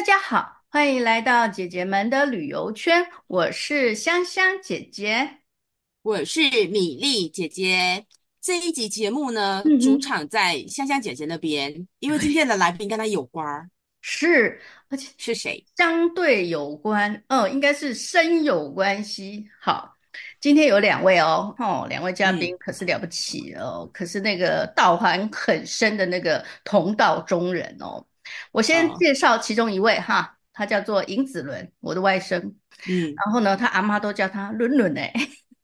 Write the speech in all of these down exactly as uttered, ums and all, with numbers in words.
家好，欢迎来到姐姐们的旅游圈，我是香香姐姐。 我是米粒姐姐。这一集节目呢， 嗯哼， 主场在香香姐姐那边，因为今天的来宾跟她有关儿。 是，而且是谁？ 相对有关，嗯，应该是深有关系。好，今天有两位哦，哦，两位嘉宾嗯， 可是了不起哦，可是那个道行很深的那个同道中人哦。我先哦， 介绍其中一位哈，他叫做尹子伦，我的外甥。 嗯， 然后呢，他阿妈都叫他伦伦哎。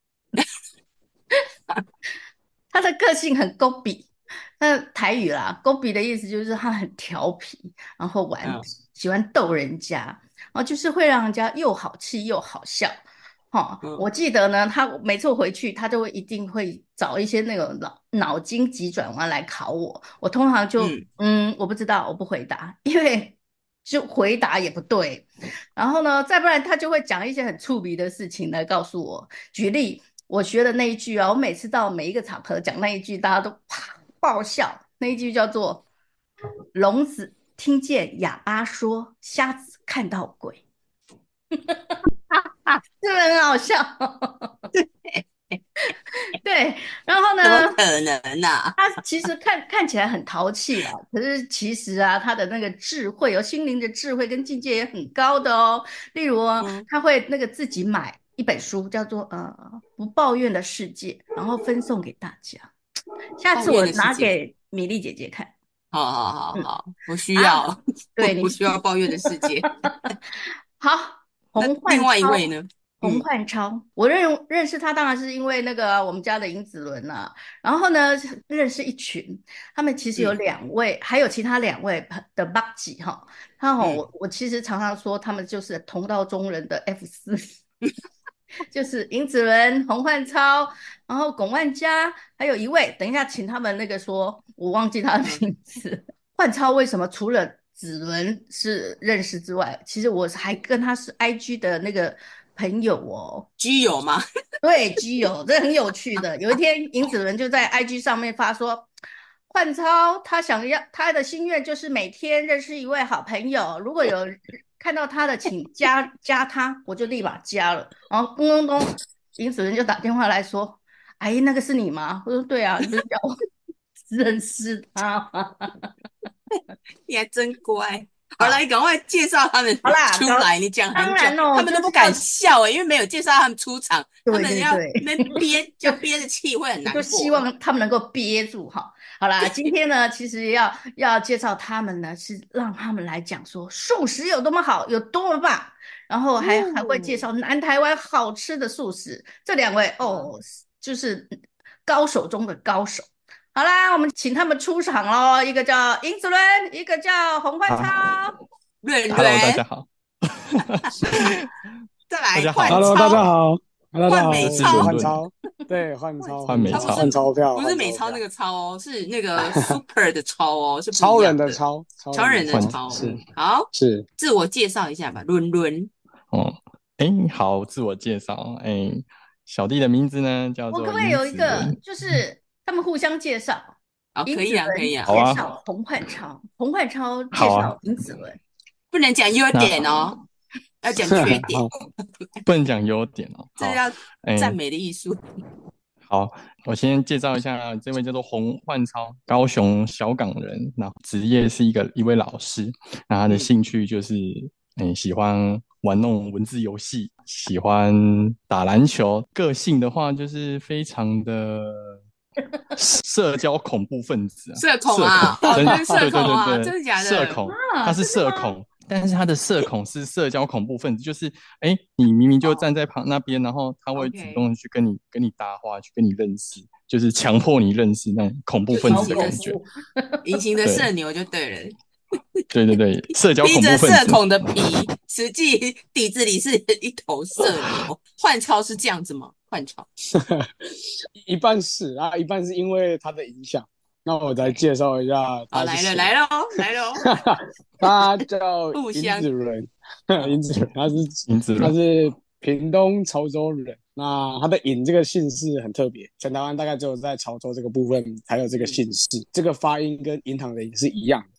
他的个性很勾比，那台语啦，勾比的意思就是他很调皮，然后顽皮， 嗯喜欢逗人家，然后就是会让人家又好气又好笑。哈、我嗯记得呢，他每次回去，他都会一定会找一些那种脑脑筋急转弯来考我。我通常就嗯， 嗯，我不知道，我不回答，因为就回答也不对。然后呢，再不然他就会讲一些很触鼻的事情来告诉我。举例，我学的那一句啊，我每次到每一个场合讲那一句，大家都啪爆笑。那一句叫做"聋子听见哑巴说，瞎子看到鬼"，是不是很好笑？对，然后呢， 怎么可能呢、啊？ 他其实看看起来很淘气啦，可是其实啊，他的那个智慧哦，心灵的智慧跟境界也很高的哦。例如哦， 嗯， 他会那个自己买一本书，叫做呃《不抱怨的世界》，然后分送给大家。下次抱怨我的世界。 拿给米粒姐姐看。 好好好嗯好，我需啊， 要，我对你不需要抱怨的世界。 好， 那洪另焕超， 外一位呢？ 洪嗯焕超，我认认识他当然是因为那个我们家的尹子伦啦、然后呢，认识一群，他们其实有嗯两位，还有其他两位的 b u g 哈，他哈， 嗯， 我我其实常常说他们就是同道中人的 F 四，就是尹子伦、洪焕超，然后龚万佳，还有一位，等一下请他们那个说，我忘记他的嗯， 名字。焕超为什么除了子伦是认识之外，其实我还跟他是 I G 的那个朋友哦。 居友吗？ 对，基友，这很有趣的。有一天，尹子伦就在 I G 上面发说，焕超他想要他的心愿就是每天认识一位好朋友，如果有看到他的，请加加他，我就立马加了。然后咚咚咚，尹子伦就打电话来说：“阿姨，那个是你吗？”我说："对啊，你不是叫我认识他吗？" 你还真乖。好，来， 好， 赶快介绍他们好啦，搞出来。你讲当很久， 然哦， 他们都不敢就是要笑诶，因为没有介绍他们出场，他对们要对对， 那憋， 就要憋着气会很我就难过诶。 希望他们能够憋住哈。好啦，今天呢，其实要要介绍他们呢，是让他们来讲说素食有多么好，有多么棒，然后还还会介哦， 绍南台湾好吃的素食。这两位好， 哦，就是高手中的高手。好啦，我们请他们出场喽，一个叫尹子伦，一个叫洪焕超。 啊润 ，Hello，大润， 家好。 再来大家好， 换 Hello，大家超， 好，大家换好， 我我是美超， 是伦伦， 换超，对，换超， 换超， 换换超， 美超。 他不是换钞票， 不是换钞票， 美超那个超哦，是那个 super 的超哦，是不一超人样的。 的超，超超人的换人的超， 超， 是好， 是， 自我介绍一下吧，伦伦。 哦，哎，好，自我介绍。哎，小弟的名字呢叫我可不可以做尹有一个， 子伦。 就是他们互相介绍， 好，可尹子以啊，可以伦啊， 好啊， 介绍洪焕超，洪焕超介好啊。 绍尹子伦。 不能讲优点那哦，要讲缺点， 好， 不能讲优点哦。好， 这是要赞哎， 美的艺术。 好，我先介绍一下，这位叫做洪焕超，高雄小港人，然后职业是一个一位老师，那他的嗯， 兴趣就是嗯喜欢玩弄文字游戏，喜欢打篮球，个性的话就是非常的社交恐怖分子啊， 社恐社恐， 啊，哦， 真， 你是社对对恐啊， 对对， 真的假的？ 社恐，他啊， 是真的吗？ 社恐，但是他的社恐是社交恐怖分子，就是哎，你明明就站哦在旁那边，然后他会主 ，OK， 动地去跟你跟你搭话，去跟你认识，就是强迫你认识那种恐怖分就隐好子的感觉。 恐怖。 隐形的对社牛就对了， 对对对，社交披着社恐怖分子。 恐的皮，实际底子里是一头社牛。换超是这样子吗？换超一半是啊，一半是因为他的影响。那我再 ，OK， 介绍一下好，来了他是谁， 来了哦来了哦， 他叫尹互相， 子伦， 嗯尹子伦，他是林子伦。 他是屏东潮州人。那他的尹这个姓氏很特别，全台湾大概只有在潮州这个部分才有这个嗯， 姓氏，这个发音跟银行的银是一样的。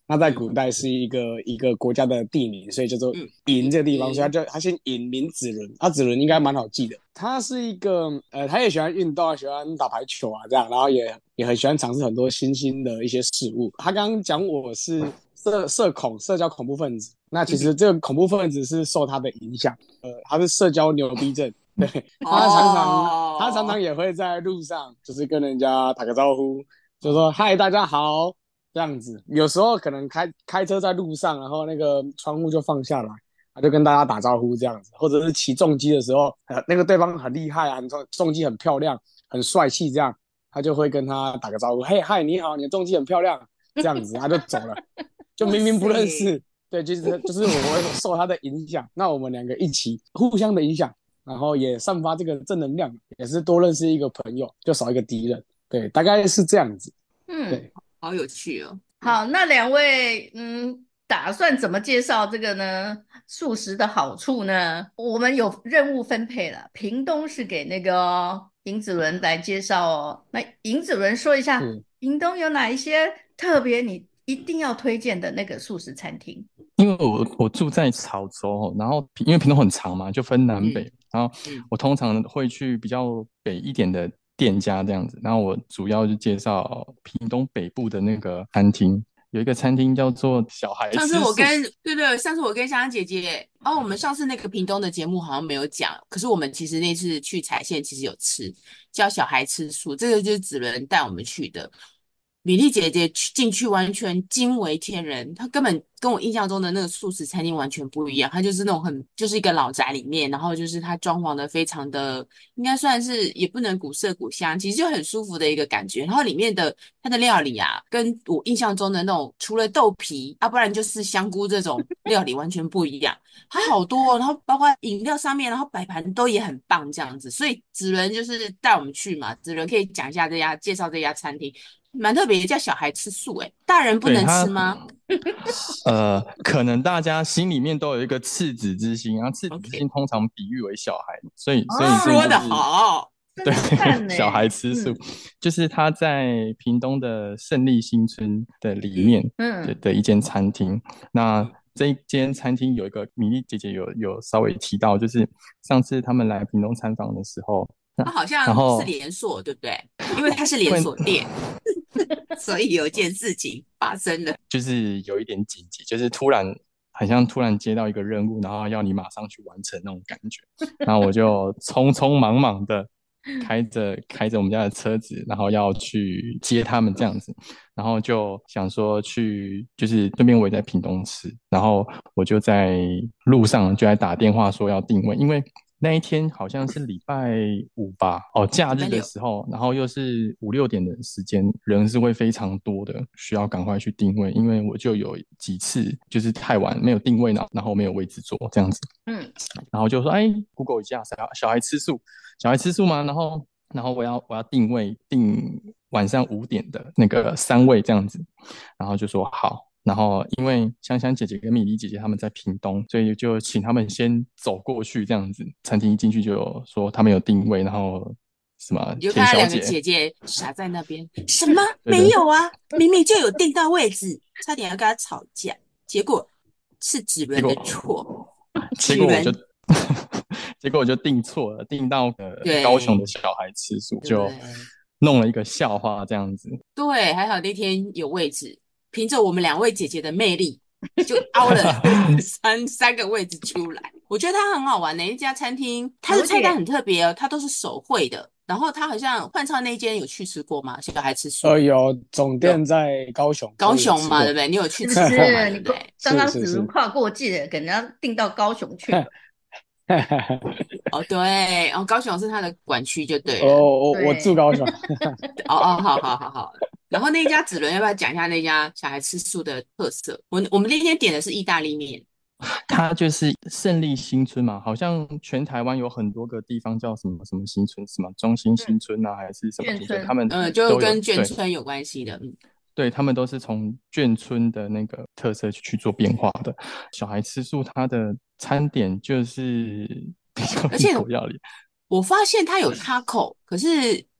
那在古代是一个一个国家的地名，所以叫做嗯嬴这个地方， 嬴所以他就他姓嬴名子伦，他子伦应该蛮好记的。他是一个呃，他也喜欢运动啊，喜欢打排球啊这样，然后也也很喜欢尝试很多新兴的一些事物。他刚刚讲我是社社恐社交恐怖分子，那其实这个恐怖分子是受他的影响，呃，他是社交牛逼症。对，他常常、 哦、 他常常也会在路上就是跟人家打个招呼，就说嗨大家好这样子。有时候可能开开车在路上，然后那个窗户就放下来，他就跟大家打招呼这样子，或者是骑重机的时候，呃，那个对方很厉害啊，很重机很漂亮，很帅气这样，他就会跟他打个招呼，嘿嗨你好，你的重机很漂亮这样子，他就走了，就明明不认识。对，就是就是我会受他的影响，那我们两个一起互相的影响，然后也散发这个正能量，也是多认识一个朋友，就少一个敌人。对，大概是这样子。 嗯， 对， 好有趣哦。 好，那两位，嗯，打算怎么介绍这个呢？素食的好处呢？我们有任务分配了，屏东是给那个尹子伦来介绍哦。那尹子伦说一下，屏东有哪一些特别你一定要推荐的那个素食餐厅？ 因为我我住在潮州，然后因为屏东很长嘛，就分南北， 嗯、 然后我通常会去比较北一点的店家这样子，然后我主要就介绍屏东北部的那个餐厅，有一个餐厅叫做小孩吃素。 上次我跟对对，上次我跟香香姐姐，哦，我们上次那个屏东的节目好像没有讲，可是我们其实那次去彩县其实有吃，叫小孩吃素，这个就是子伦带我们去的。米莉姐姐进去完全惊为天人，她根本跟我印象中的那个素食餐厅完全不一样，它就是那种很就是一个老宅里面，然后就是它装潢的非常的应该算是也不能古色古香，其实就很舒服的一个感觉。然后里面的它的料理啊，跟我印象中的那种除了豆皮啊，不然就是香菇这种料理完全不一样，它好多哦，然后包括饮料上面，然后摆盘都也很棒这样子。所以子伦就是带我们去嘛，子伦可以讲一下这家介绍这家餐厅。蛮特别，叫小孩吃素，哎，大人不能吃吗？ 呃，可能大家心里面都有一个赤子之心，然后赤子之心通常比喻为小孩，所以所以说得好， 对，小孩吃素，嗯、就是他在屏东的胜利新村的里面的、嗯、的一间餐厅。那这一间餐厅有一个米莉姐姐有有稍微提到，就是上次他们来屏东参访的时候， 它好像是连锁，对不对？因为它是连锁店。所以有一件事情发生了， 就是有一点紧急，就是突然很像突然接到一个任务，然后要你马上去完成那种感觉。然后我就匆匆忙忙的开着开着我们家的车子，然后要去接他们这样子。然后就想说去，就是那边我也在屏东吃，然后我就在路上就来打电话说要定位，因为那一天好像是礼拜五吧，哦，假日的时候，然后又是五六点的时间，人是会非常多的，需要赶快去定位，因为我就有几次就是太晚没有定位呢，然后没有位置坐这样子，嗯，然后就说，哎 ，Google 一下，小小孩吃素，小孩吃素吗？然后，然后我要我要定位定晚上五点的那个三位这样子，然后就说好。然后因为香香姐姐跟米莉姐姐他们在屏东，所以就请他们先走过去这样子。餐厅一进去就有说他们有定位，然后什么你就看到两个姐姐傻在那边，什么没有啊？明明就有定到位置，差点要跟他吵架，结果是子伦的错。 结果我就结果我就定错了，定到呃高雄的小孩吃素，就弄了一个笑话这样子。 对，还好那天有位置。凭着我们两位姐姐的魅力，就凹了三三个位置出来。我觉得它很好玩的一家餐厅，它的菜单很特别哦，它都是手绘的。然后它好像换唱那间有去吃过吗？小孩吃素？ 呃，有，总店在高雄。 高雄嘛，对不对？你有去吃过吗？ 是，你刚刚只能跨过界，给人家订到高雄去。 哦，对，哦，高雄是他的管区就对了。 哦，我我住高雄。 哦哦，好好好好。然后那家子伦要不要讲一下那家小孩吃素的特色？我我们那天点的是意大利面， 它就是胜利新村嘛，好像全台湾有很多个地方叫什么什么新村，什么中心新村啊，嗯、还是什么新村，他们嗯，就跟眷村有关系的，嗯， 对，他们都是从眷村的那个特色去做变化的。小孩吃素，它的餐点就是比较异国料理。 我发现它有 taco， 可是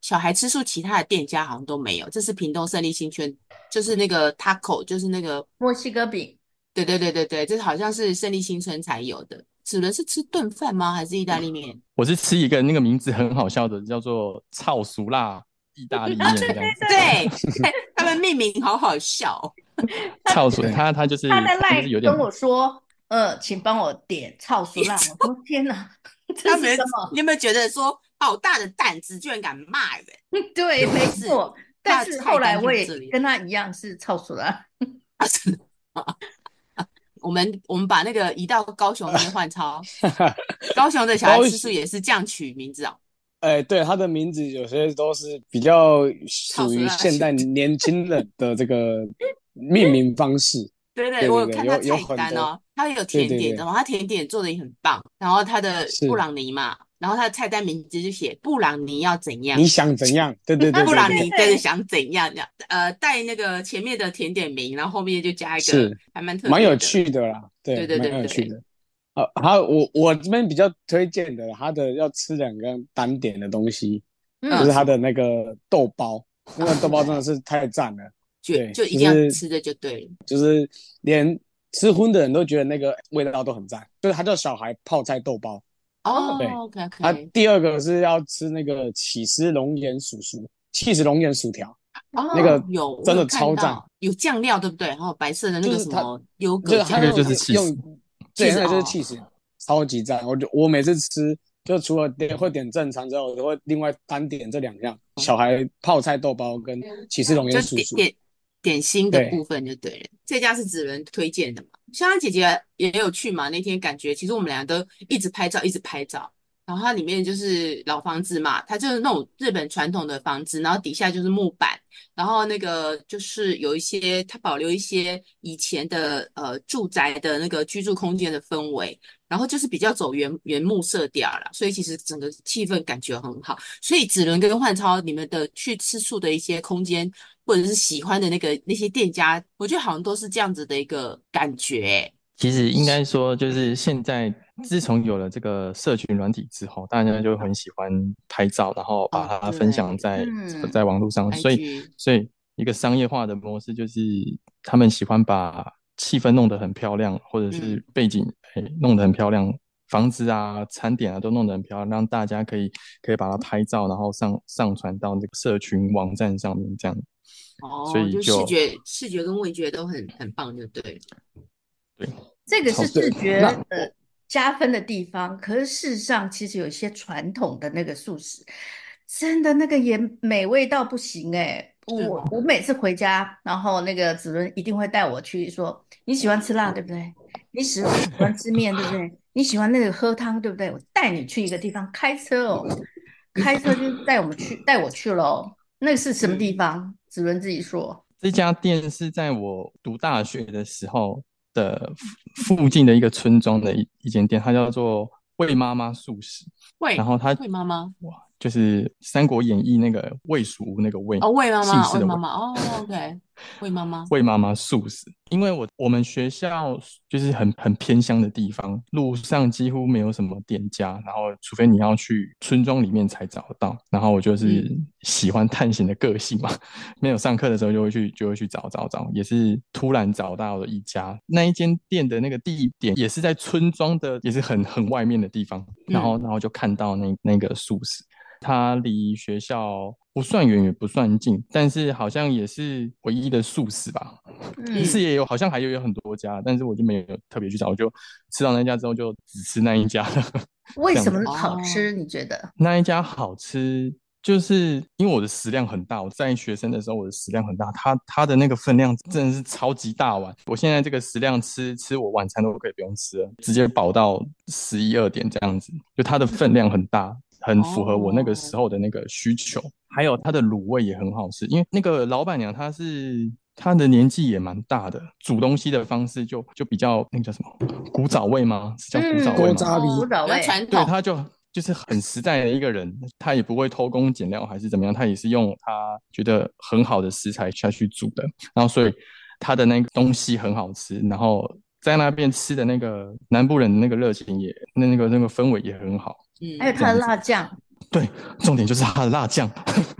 小孩吃素，其他的店家好像都没有。这是屏东胜利新村，就是那个 taco，就是那个墨西哥饼。 对对对对对，这好像是胜利新村才有的。子伦是吃炖饭吗？还是意大利面？ 我是吃一个那个名字很好笑的，叫做“臭俗辣意大利面”这样子。 对，他们命名好好笑哦。 臭俗，它它就是他在它就是有点赖跟我说，呃，请帮我点超熟辣。我说天哪，这他们是什么？ 你有没有觉得说好大的胆子，居然敢骂人？ 对，没是错。但是他的菜后来我也单就这样跟他一样是超熟辣。 啊，真的吗？我们我们把那个移到高雄那边换超，高雄的小孩吃素也是这样取名字哦。 哎，对，他的名字有些都是比较属于超熟辣现代年轻人的这个命名方式。 对对， 对对对， 我有看他有有菜很多。 单哦，他有对对对， 甜点的，然后他甜点做的也很棒，然后他的布是朗尼嘛，然后他的菜单名字就写布朗尼要怎样你，想怎样？对对对布对对， 朗尼对想怎样这样，呃，带那个前面的甜点名，然后后面就加一个是还蛮特蛮有别的， 趣的啦，对， 对对蛮对对， 有趣的。啊，还我我这边比较推荐的，他的要吃两个单点的东西，就嗯， 是什么他的那个豆包，那个豆包真的对， 是太赞了。对， 就就一就是定要吃的就对了。 就是连吃荤的人都觉得那个味道都很赞，就是它叫小孩泡菜豆包。对， 哦，OK 它 OK， 第二个是要吃那个起司龙眼薯薯，起司龙眼薯条，那哦， 个有我真的有看超赞。 到有酱料对不对？然后白色的那就是它， 个什么优就是它格酱那个就是用气死。 用，对，那个就是其实哦， 起司，超级赞。我就我每次吃，就除了点会点正餐之后，我就会另外单点这两样：小孩泡菜豆包跟起司龙就眼薯薯。 点点点心的部对， 分就对了。这家是子人推荐的嘛？香香姐姐也有去嘛？那天感觉其实我们俩都一直拍照，一直拍照。然后它里面就是老房子嘛，它就是那种日本传统的房子，然后底下就是木板，然后那个就是有一些它保留一些以前的呃住宅的那个居住空间的氛围，然后就是比较走原原木色调啦，所以其实整个气氛感觉很好。所以子伦跟焕超你们的去吃素的一些空间，或者是喜欢的那个那些店家，我觉得好像都是这样子的一个感觉欸。 其实应该说，就是现在自从有了这个社群软体之后，大家就很喜欢拍照，然后把哦， 它分享对在嗯， 在网络上，所以 ，I G， 所以一个商业化的模式就是他们喜欢把气氛弄得很漂亮，或者嗯， 是背景哎弄得很漂亮，房子啊、餐点啊都弄得很漂亮，让大家可以可以把它拍照，然后上上传到这个社群网站上面这样，所哦，就视以就觉视觉跟味觉都很很棒，就对了。 对。 这个是超对， 视觉那呃加分的地方，可是事实上，其实有一些传统的那个素食，真的那个也美味到不行哎！我是哦， 我每次回家，然后那个子伦一定会带我去说，你喜欢吃辣对不对？你喜喜欢吃面对不对？你喜欢那个喝汤对不对？我带你去一个地方，开车哦，开车就带我们去，带我去喽。那是什么地嗯， 方？子伦自己说。 这家店是在我读大学的时候的附附近的一个村庄的一一间店，它叫做魏妈妈素食。然魏后它魏妈妈， 哇，就是《三国演义》那个魏蜀吴那个魏， 哦，魏妈妈， 姓氏的魏。 魏妈妈，哦，OK，魏妈妈， 魏妈妈素食，因为我我们学校就是很很偏乡的地方，路上几乎没有什么店家，然后除非你要去村庄里面才找得到。然后我就是嗯喜欢探险的个性嘛，没有上课的时候就会去就会去找找找，也是突然找到了一家，那一间店的那个地点也是在村庄的，也是很很外面的地方，然后嗯， 然后就看到那那个素食。它离学校不算远也不算近，但是好像也是唯一的素食吧。其实嗯， 也有，好像还有有很多家，但是我就没有特别去找，我就吃到那家之后就只吃那一家了， 为什么这样子。 哦， 好吃？你觉得？ 那一家好吃，就是因为我的食量很大，我在学生的时候我的食量很大，它它的那个分量真的是超级大碗。我现在这个食量吃吃我晚餐都可以不用吃了，直接饱到十一二点这样子，就它的分量很大。很符合我那个哦， 时候的那个需求，还有它的卤味也很好吃，因为那个老板娘她是她的年纪也蛮大的，煮东西的方式就就比较那个叫什么古早味吗？是叫古早味吗？ 锅渣哦， 古早比较味。 对， 传统， 他就就是很实在的一个人，他也不会偷工减料还是怎么样，他也是用他觉得很好的食材下去煮的，然后所以他的那个东西很好吃，然后在那边吃的那个南部人的那个热情也那那个那个氛围也很好， 嗯， 还有它的这样子。 辣酱。 对，重点就是他的辣酱，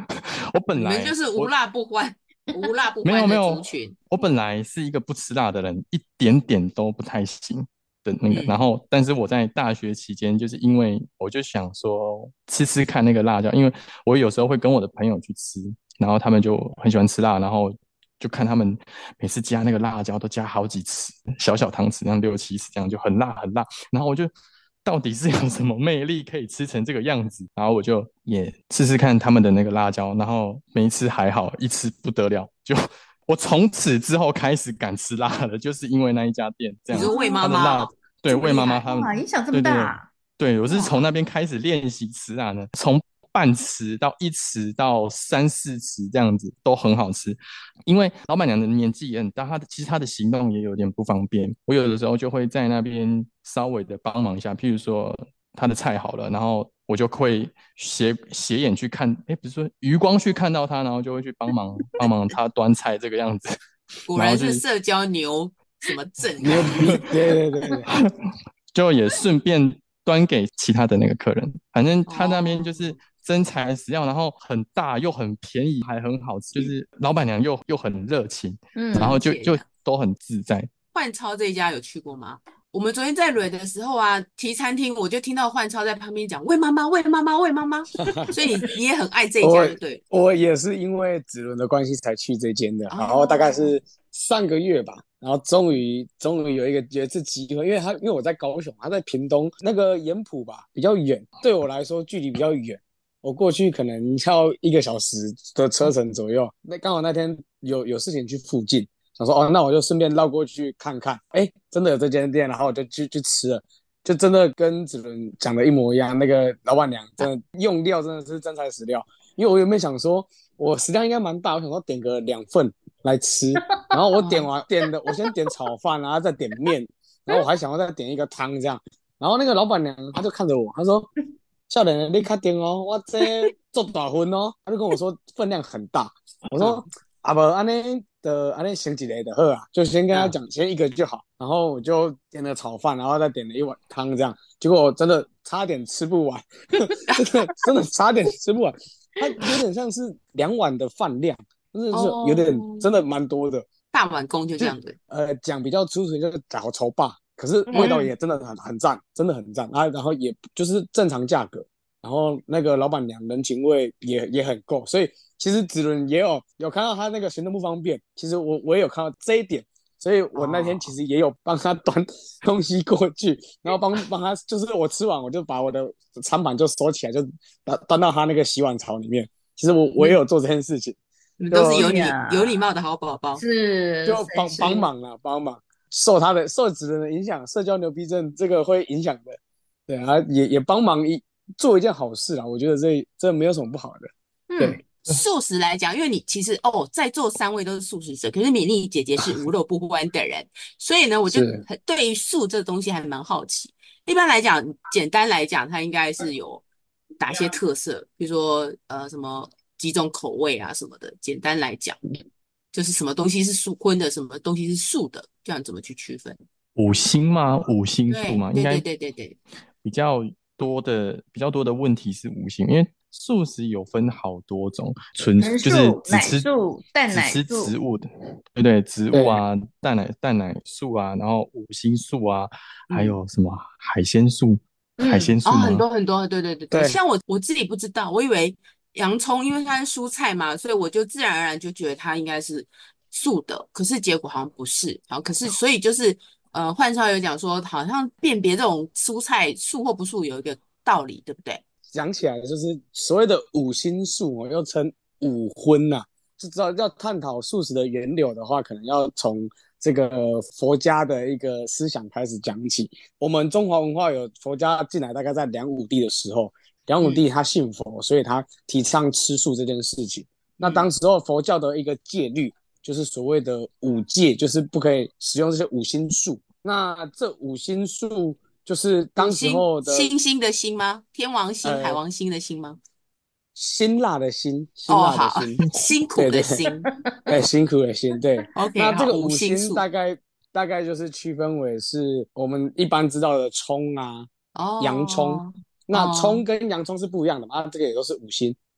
我本你们来就是无我辣不欢、无辣不欢的没有没有， 族群。 我本来是一个不吃辣的人，一点点都不太行的那个。然嗯， 后，但是我在大学期间，就是因为我就想说吃吃看那个辣椒，因为我有时候会跟我的朋友去吃，然后他们就很喜欢吃辣，然后就看他们每次加那个辣椒都加好几匙，小小汤匙，这样六七匙，这样就很辣很辣。然后我就到底是有什么魅力可以吃成这个样子？然后我就也试试看他们的那个辣椒，然后没吃还好，一吃不得了，就我从此之后开始敢吃辣了，就是因为那一家店这样子， 你说魏妈他的辣， 妈哦， 对， 这么魏妈妈厉害。 他们， 哇，影响这么对对对大。 对，我是从那哇， 边开始练习吃辣的，从半匙到一匙到三四匙这样子都很好吃。因为老板娘的年纪也很大，她的其实她的行动也有点不方便。我有的时候就会在那边稍微的帮忙一下，譬如说她的菜好了，然后我就会斜斜眼去看，哎，不是说余光去看到她，然后就会去帮忙帮忙她端菜这个样子， 果然是然后去社交牛什么症牛逼，对对对对， 就也顺便端给其他的那个客人。反正他那边就哦。 是真材实料，然后很大又很便宜，还很好吃，就是老板娘又又很热情，然嗯， 后就就了解了。 都很自在。 换超这一家有去过吗？我们昨天在蕊的时候啊，提餐厅我就听到换超在旁边讲"喂妈妈，喂妈妈，喂妈妈"，所以你你也很爱这一我家就对了。 我也是因为子伦的关系才去这间的，然后大概哦， 是上个月吧，然后终于终于有一个有一次机会，因为他因为我在高雄，他在屏东那个盐埔吧，比较远，对我来说距离比较远，我过去可能要一个小时的车程左右。那刚好那天有有事情去附近，想说哦，那我就顺便绕过去看看。哎，真的有这间店，然后我就去去吃了，就真的跟子伦讲的一模一样。那个老板娘真的用料真的是真材实料，因为我原本想说，我食量应该蛮大，我想说点个两份来吃，然后我点哦， 完点的，我先点炒饭，然后再点面，然后我还想要再点一个汤这样。然后那个老板娘她就看着我，她说：“少年，你确定哦？我这做大份哦。”她就跟我说分量很大。我说： 嗯 “啊不，安尼的安尼先一个就好啊，就先跟他嗯， 讲，先一个就好。”然后我就点了炒饭，然后再点了一碗汤这样。结果我真的差点吃不完，真的真的差点吃不完。它有点像是两碗的饭量，真的是有点哦， 真的蛮多的。 大碗公就这就样子。 呃讲比较粗俗就是搞稠霸，可是味道嗯， 也真的很很赞，真的很赞啊。然后也就是正常价格，然后那个老板娘人情味也也很够，所以其实子伦也有有看到他那个行动不方便，其实我我也有看到这一点，所以我那天其哦， 实也有帮他端东西过去，然后帮帮他，就是我吃完我就把我的餐盘就收起来，就端端到他那个洗碗槽里面。其实我你们我也有做这件事情， 你们都是就有哎礼有礼呀， 貌的好宝宝。 是就帮是是， 帮忙了，帮忙受他的受子人的影响，社交牛逼症这个会影响的，对啊，也也帮忙一做一件好事啦，我觉得这这没有什么不好的， 嗯， 对， 素食来讲，因为你其实哦，在座三位都是素食者，可是米粒姐姐是无肉不欢的人，所以呢，我就是很对于素这东西还蛮好奇。一般来讲，简单来讲，它应该是有哪些特色，比如说呃什么几种口味啊什么的。简单来讲，就是什么东西是素荤的，什么东西是素的，这样怎么去区分？ 五星吗？五星素吗？应该对对对对对对， 比较多的比较多的问题是五星，因为素食有分好多种，纯人就是素、奶只吃素、蛋只吃奶素， 植物的，对不对？植物对啊，蛋奶蛋奶素啊，然后五星素啊，还嗯。 有什么海鲜素？海嗯， 哦，很鲜素吗？ 多很多，对对对对， 对， 像我我自己不知道，我以为洋葱因为它是蔬菜嘛，所以我就自然而然就觉得它应该是素的，可是结果好像不是，好，可是所以就是呃，焕超有讲说，好像辨别这种蔬菜素或不素有一个道理，对不对？ 讲起来就是所谓的五星素，我又称五荤呐、啊。就知道要探讨素食的源流的话，可能要从这个佛家的一个思想开始讲起。我们中华文化有佛家进来，大概在梁武帝的时候，梁武嗯帝他信佛，所以他提倡吃素这件事情。那嗯， 当时候佛教的一个戒律，就是所谓的五戒，就是不可以使用这些五星素。那这五星素就是当时五星候的星星的星吗？天王星、海呃王星的星吗？ 辛辣的辛，辛哦，好， 辣的辛， 辛苦对对， 的辛。 哎，辛苦的辛，对。 OK，好，五那这个五星素。 辛大概大概就是区分为是我们一般知道的葱啊、洋葱， 哦那葱哦跟洋葱是不一样的嘛，啊，这个也都是五辛。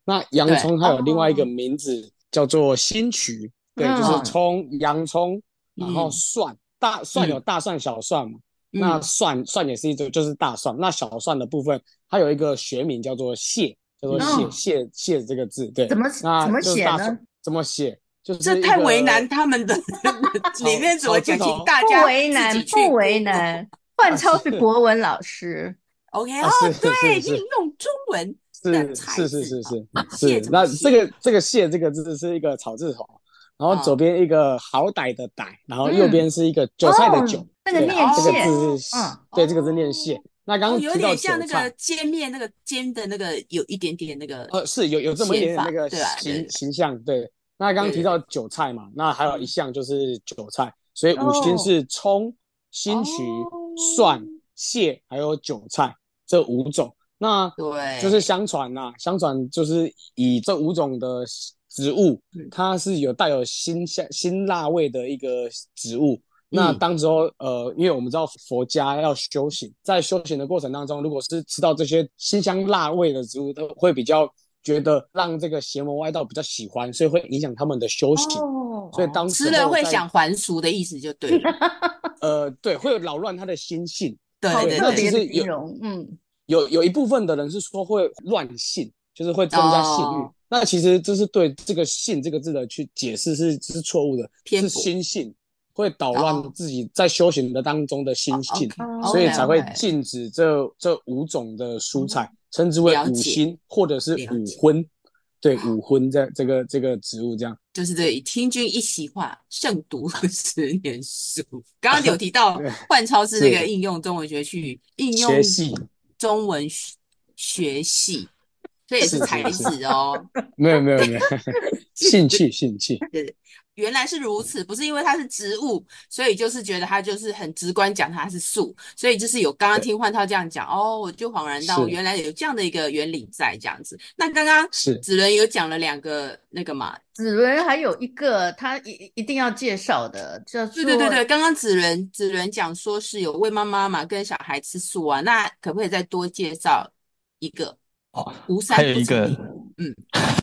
那洋对葱它有另外一个哦名字叫做新曲，对，就是嗯葱、洋葱，然后嗯蒜，大蒜有嗯大蒜、小蒜嘛。那嗯蒜蒜也是一种，就是大蒜。那小蒜的部分，它有一个学名叫做蟹，叫做蟹嗯， 嗯， 蟹蟹这个字，对， 怎么怎那么就是大蒜写呢？ 怎么写？就这是一太为难个他们的里草面怎么讲，请草字头大不家自为难， 己去不为 Google。 难。范啊，是超是国文老师， OK，哦， 啊，是对，应是是用中文的是是是才子啊， 是是是， 蟹怎么那这写？ 个这个蟹这个字是一个草字头，然后左嗯边一个好歹的歹，然后右边嗯， 是一个韭菜的韭， 哦，那个对， 念这个线， 字哦是， 嗯， 对，这个字念蟹。 哦那刚哦， 刚提到有点像那个韭菜， 煎面那个煎的那个有一点点那个呃，是有有这么一写法， 点点那个对吧？对形对形象，对。那刚刚提到对对对， 韭菜嘛，那还有一嗯， 项就是韭菜，所以五星哦， 是葱、新渠、 哦， 蒜、蟹还有韭菜这五种。那就是对， 相传呐、相传就是以这五种的植物， 嗯它是有带有辛香辛辣味的一个植物。那嗯， 当时候，呃，因为我们知道佛家要修行，在修行的过程当中，如果是吃到这些辛香辣味的植物，都会比较觉得让这个邪魔歪道比较喜欢，所以会影响他们的修行。 哦， 所以哦， 当时吃了候在会想还俗的意思就对了。 呃，对，会扰乱他的心性。对，那对对对， 好特别的其实有形容，嗯， 有有一部分的人是说会乱性，就是会增加性欲。 哦， 那其实这是对这个性这个字的去解释是是错误的，是偏颇。 心性会捣乱哦自己在修行的当中的心性， ，OK 所 OK 以才会哦， OK， 禁止这这五种的蔬哦， 菜，称之为了解五辛或者是了解， 五荤。对，五荤这这个这个植物这样。 就是这里听君一席话，胜读十年书。刚刚有提到对， 换超是那个是应用中文学去应用学系， 中文学学系，所以也是才是是是， 子哦。 没有没有没有，兴趣兴趣。 对，原来是如此，不是因为它是植物，所以就是觉得它就是很直观讲它是树，所以就是有刚刚对， 听焕涛这样讲，哦，我就恍然大悟， 是原来有这样的一个原理在这样子。那刚刚是， 子伦有讲了两个那个嘛， 子伦还有一个他一一定要介绍的，叫做对对对对，刚刚子伦子伦讲说是有喂妈妈嘛，跟小孩吃素啊，那可不可以再多介绍一个哦， 吴三还有一个， 不成立？嗯，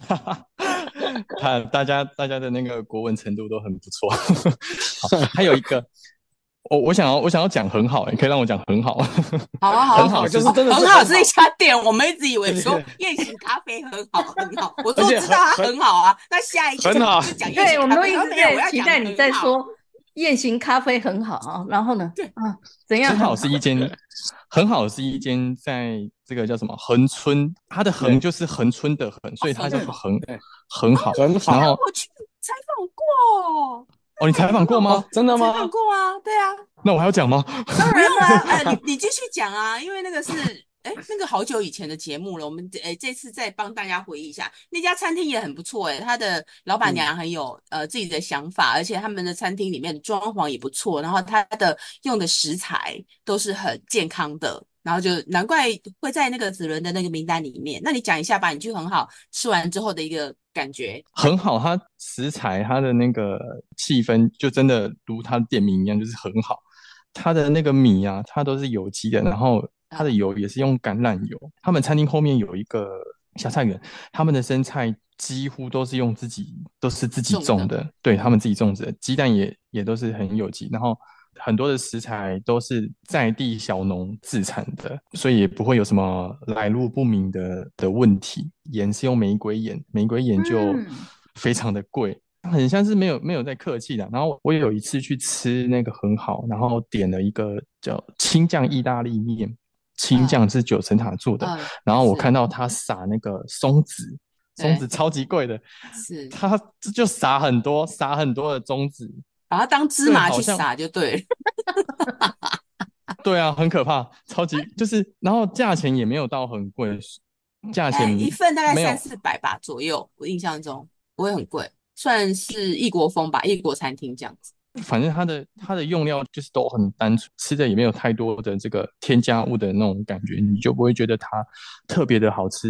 他大家大家的那个国文程度都很不错。好，还有一个，我我想要我想要讲很好，欸，可以让我讲很好。 好啊好啊很好是很好，就是真的是很好，这一很好， 家店我们一直以为说对对， 燕行咖啡很好很好，我而且说知道它很很好啊，那下一个很好， 就讲燕对， 行咖啡， 我们都一直他说没有，我在要讲期待你在很好。 说雁行咖啡很好啊，然后呢， 对， 啊，怎样很好很好？ 是一间，很好是一间在这个叫什么恒春，它的恒对就是恒春的恒，所以它叫嗯， 做恒对， 很好。 很好然后我去采访过， 哦，你采访过吗？ 哦，真的采访吗？ 过啊，对啊， 那我还要讲吗？ 不用当然啊， 啦， 呃，你你继续讲啊，因为那个是，哎，那个好久以前的节目了，我们哎这次再帮大家回忆一下，那家餐厅也很不错，哎，他的老板嗯， 娘很有呃自己的想法，而且他们的餐厅里面的装潢也不错，然后他的用的食材都是很健康的，然后就难怪会在那个子伦的那个名单里面。那你讲一下吧，你去很好吃完之后的一个感觉。 很好，它食材它的那个气氛就真的如它的店名一样，就是很好。它的那个米啊，它都是有机的，然后它的嗯， 油也是用橄榄油。他们餐厅后面有一个小菜园，他们的生菜几乎都是用自己都是自己种的， 种的，对，他们自己种植的，鸡蛋也也都是很有机，然后很多的食材都是在地小农自产的，所以也不会有什么来路不明的的问题。盐是用玫瑰盐，玫瑰盐就嗯， 非常的贵。很像是没有没有在客气的。然后我有一次去吃那个很好，然后点了一个叫青酱意大利面，青嗯酱是九层塔做的， 嗯， 然后我是， 看到他撒那个松子，松对， 子超级贵的， 是， 他这就撒很多撒很多的松子， 把它当芝对， 麻去好像撒就对了。 对啊，很可怕，超级就是，然后价钱也没有到很贵，价哎， 钱一份大概没有， 三四百吧左右，我印象中不会很贵，算是异国风吧，异国餐厅这样子。 反正它的它的用料就是都很单纯，吃的也没有太多的这个添加物的那种感觉，你就不会觉得它特别的好吃，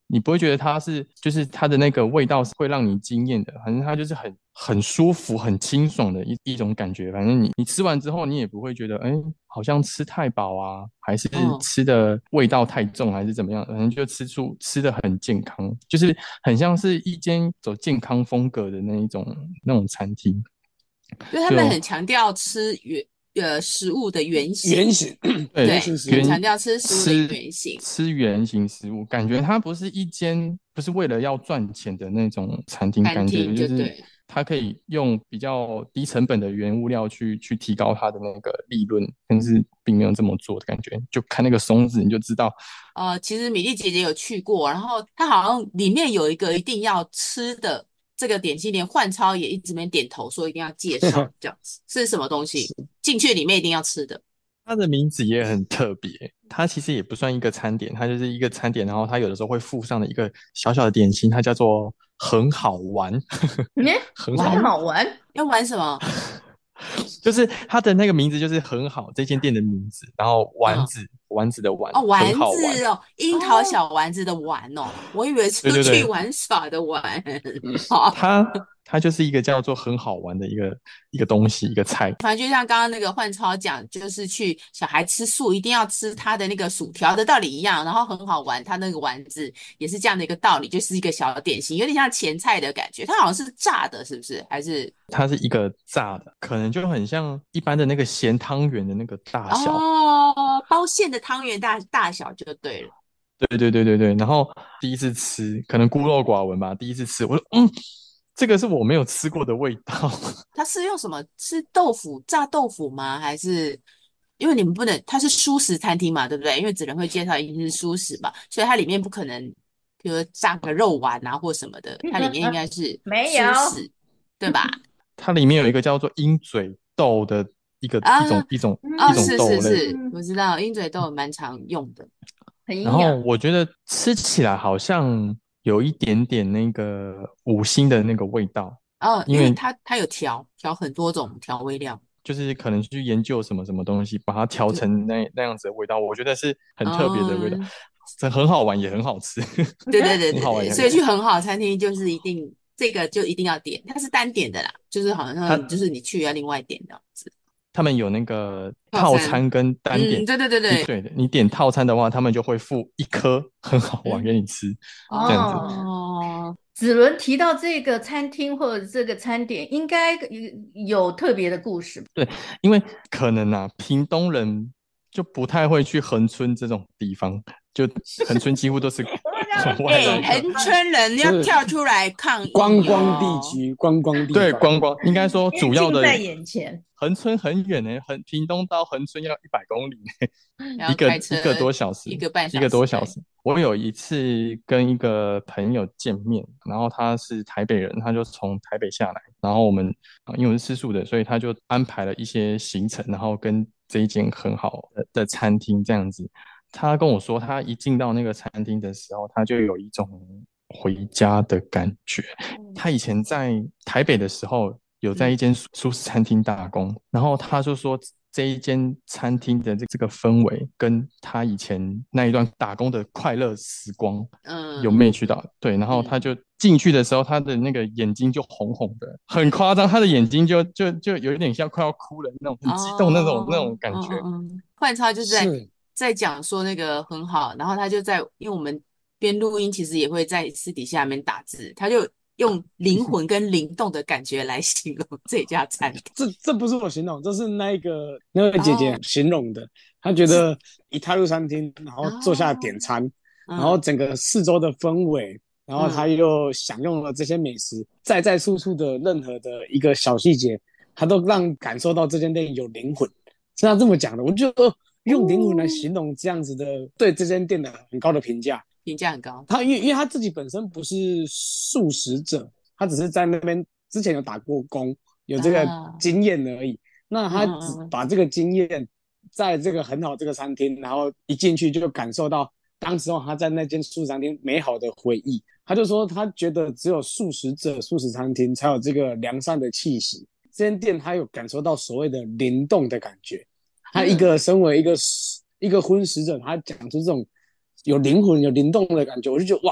你不会觉得它是就是它的那个味道是会让你惊艳的，反正它就是很很舒服、很清爽的一一种感觉。反正你你吃完之后，你也不会觉得哎，好像吃太饱啊，还是嗯， 吃的味道太重，还是怎么样？反正就吃出吃的很健康，就是很像是一间走健康风格的那一种那种餐厅。 因为他们就很强调吃原呃食物的原型， 圆形对圆对，很形食物， 强调吃食物的吃原型。 吃原形食物，感觉它不是一间不是为了要赚钱的那种餐厅， 餐感觉就是厅就对， 它可以用比较低成本的原物料去去提高它的那个利润，但是并没有这么做的感觉。就看那个松子你就知道， 呃，其实米粒姐姐有去过，然后她好像里面有一个一定要吃的这个点心，连焕超也一直没点头说一定要介绍这样子，是什么东西？进去里面一定要吃的。 它的名字也很特别。它其实也不算一个餐点，它就是一个餐点，然后它有的时候会附上的一个小小的点心，它叫做很好玩， 嗯， 很好很玩好玩。 要玩什么？ 就是它的那个名字就是很好，这间店的名字，然后丸嗯， 子丸子的丸， 哦， 很丸好玩。 子哦，樱桃哦， 小丸子的丸哦，我以为出对对对， 去玩耍的玩。好， 它它就是一个叫做很好玩的一个一个东西，一个菜。 反正就像刚刚那个焕超讲，就是去小孩吃素一定要吃他的那个薯条的道理一样，然后很好玩，他那个丸子也是这样的一个道理，就是一个小点心，有点像前菜的感觉，它好像是炸的，是不是？还是它是一个炸的，可能就很像一般的那个咸汤圆的那个大小。 哦，包馅的汤圆大大小就对了。 对对对对对，然后第一次吃，可能孤陋寡闻吧。第一次吃，我说嗯，这个是我没有吃过的味道。 它是用什么？是豆腐炸豆腐吗？还是因为你们不能，它是素食餐厅嘛，对不对？因为只能会介绍一定是素食嘛，所以它里面不可能，比如说炸个肉丸啊或什么的，它里面应该是没有。 素食，对吧？ 它里面有一个叫做鹰嘴豆的一个一啊， 种一种一哦， 种是是豆类， 是，我知道鹰嘴豆蛮常用的。 然后很营养。 我觉得吃起来好像有一点点那个五星的那个味道， 哦，因为因为它它有调调很多种调味料。 就是可能去研究什么什么东西，把它调对， 成那那样子的味道，我觉得是很特别的味道， 嗯， 这很好玩也很好吃， 对对对很对对， 好玩也很好吃。 所以去很好餐厅就是一定这个就一定要点，它是单点的啦，就是好像就它是你去要另外点这样子。 他们有那个套餐， 套餐跟单点， 嗯，对对对对， 你对的，你点套餐的话，他们就会附一颗很好玩嗯， 给你吃，这样子。 哦， 子伦提到这个餐厅或者这个餐点，应该有有特别的故事。 对，因为可能啊，屏东人就不太会去恒春这种地方，就恒春几乎都是外哎， 来客。 恒春人要是跳出来抗观议光地哦。 区、观光地对， 方， 观光应该说因为主要的近在眼前。 恒春很远呢，恒屏东到恒春要一百公里呢，一个然后开车一个多小时， 一个半一个小时，对， 多小时。我有一次跟一个朋友见面，然后他是台北人，他就从台北下来，然后我们啊因为我是吃素的，所以他就安排了一些行程，然后跟这一间很好的的餐厅这样子。他跟我说，他一进到那个餐厅的时候，他就有一种回家的感觉。他以前在台北的时候，有在嗯一间素素食餐厅打工，然后他就说这一间餐厅的这这个氛围，跟他以前那一段打工的快乐时光有嗯 match 到。对，然后他嗯， 就进去的时候，他的那个眼睛就红红的，很夸张，他的眼睛就就就有一点像快要哭了那种，很激动那种那哦， 种感觉。 嗯嗯嗯，换超就是在是在讲说那个很好，然后他就在，因为我们边录音，其实也会在私底下面打字，他就用灵魂跟灵动的感觉来形容这家餐厅。 这这不是我形容，这是那个那位姐姐哦， 形容的。她觉是得一踏入餐厅，然后坐下哦， 点餐，然后嗯整个四周的氛围，然后她嗯， 又享用了这些美食，在在处处的任何的一个小细节，她都让感受到这间店有灵魂。是她这么讲的，我就觉得用灵魂来哦， 形容这样子的对这间店的很高的评价。 评价很高。 他因为因为他自己本身不是素食者，他只是在那边之前有打过工，有这个啊， 经验而已。那嗯他只嗯嗯把这个经验在这个很好这个餐厅，然后一进去就感受到当时候他在那间素食餐厅美好的回忆。他就说他觉得只有素食者、素食餐厅才有这个良善的气息。这间店他有感受到所谓的灵动的感觉。他一嗯， 个身为一个一个荤食者，他讲出这种有灵魂、有灵动的感觉，我就觉得哇，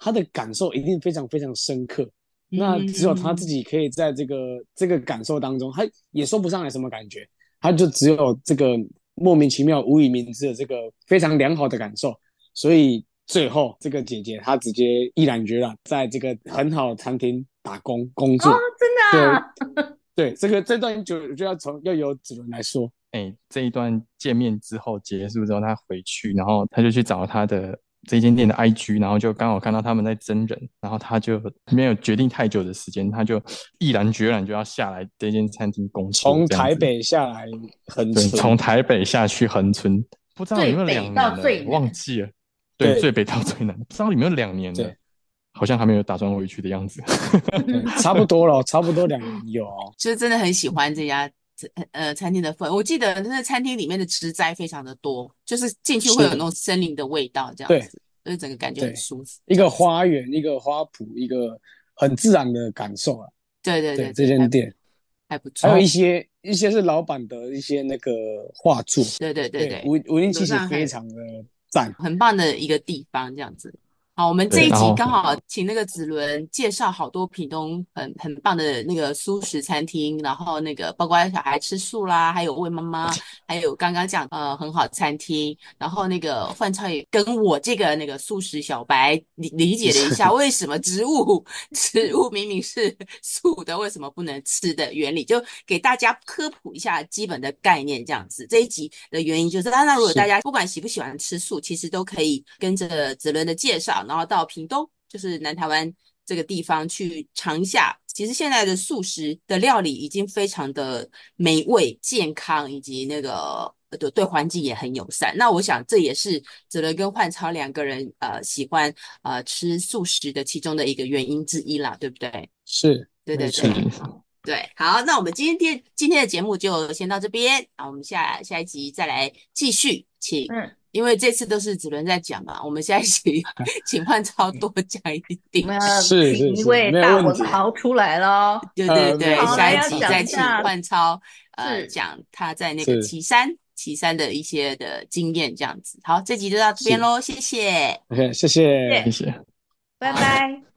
他的感受一定非常非常深刻。那只有他自己可以在这个这个感受当中，他也说不上来什么感觉，他就只有这个莫名其妙、无以名之的这个非常良好的感受。所以最后这个姐姐她直接毅然决然在这个很好的餐厅打工工作。 哦，真的啊？ 对，对，这个这段就就要从要由子伦来说。 哎，这一段见面之后结束之后，他回去，然后他就去找他的这间店的 I G， 然后就刚好看到他们在真人，然后他就没有决定太久的时间，他就毅然决然就要下来这间餐厅工作， 从台北下来恒对， 春， 从台北下去恒春，不知道有没有两年了，忘记了。对，最北到最南，不知道有没有两年了，好像还没有打算回去的样子。 差不多了，差不多两年有。 就是真的很喜欢这家呃餐厅的氛围。我记得那个餐厅里面的植栽非常的多，就是进去会有那种森林的味道，这样子，所以整个感觉很舒服。 一个花园，一个花圃，一个很自然的感受啊。 对对 对, 对，这间店还不错， 还有一些一些是老板的一些那个画作。 对对对对， 无无印气息非常的赞， 很棒的一个地方，这样子。好，我们这一集刚好请那个子伦介绍好多屏东很很棒的那个素食餐厅，然后那个包括小孩吃素啦，还有喂妈妈，还有刚刚讲呃很好餐厅，然后那个焕超也跟我这个那个素食小白理理解了一下为什么植物植物明明是素的，为什么不能吃的原理，就给大家科普一下基本的概念，这样子。这一集的原因就是，当然如果大家不管喜不喜欢吃素，其实都可以跟着子伦的介绍。然后到屏东，就是南台湾这个地方去尝一下。其实现在的素食的料理已经非常的美味、健康，以及那个对对环境也很友善。那我想这也是子伦跟焕超两个人呃喜欢呃吃素食的其中的一个原因之一啦，对不对？ 是， 对对对。对，好，那我们今天今天的节目就先到这边啊，我们下下一集再来继续，请。嗯，因为这次都是子伦在讲嘛，我们下一集请焕超多讲一点。 是是是， 一位大文豪出来了。 对对对，呃、下一集再请焕超呃讲他在那个旗山旗山的一些的经验，这样子。好，这集就到这边喽，谢谢。 OK， 谢谢， 谢谢， 拜拜。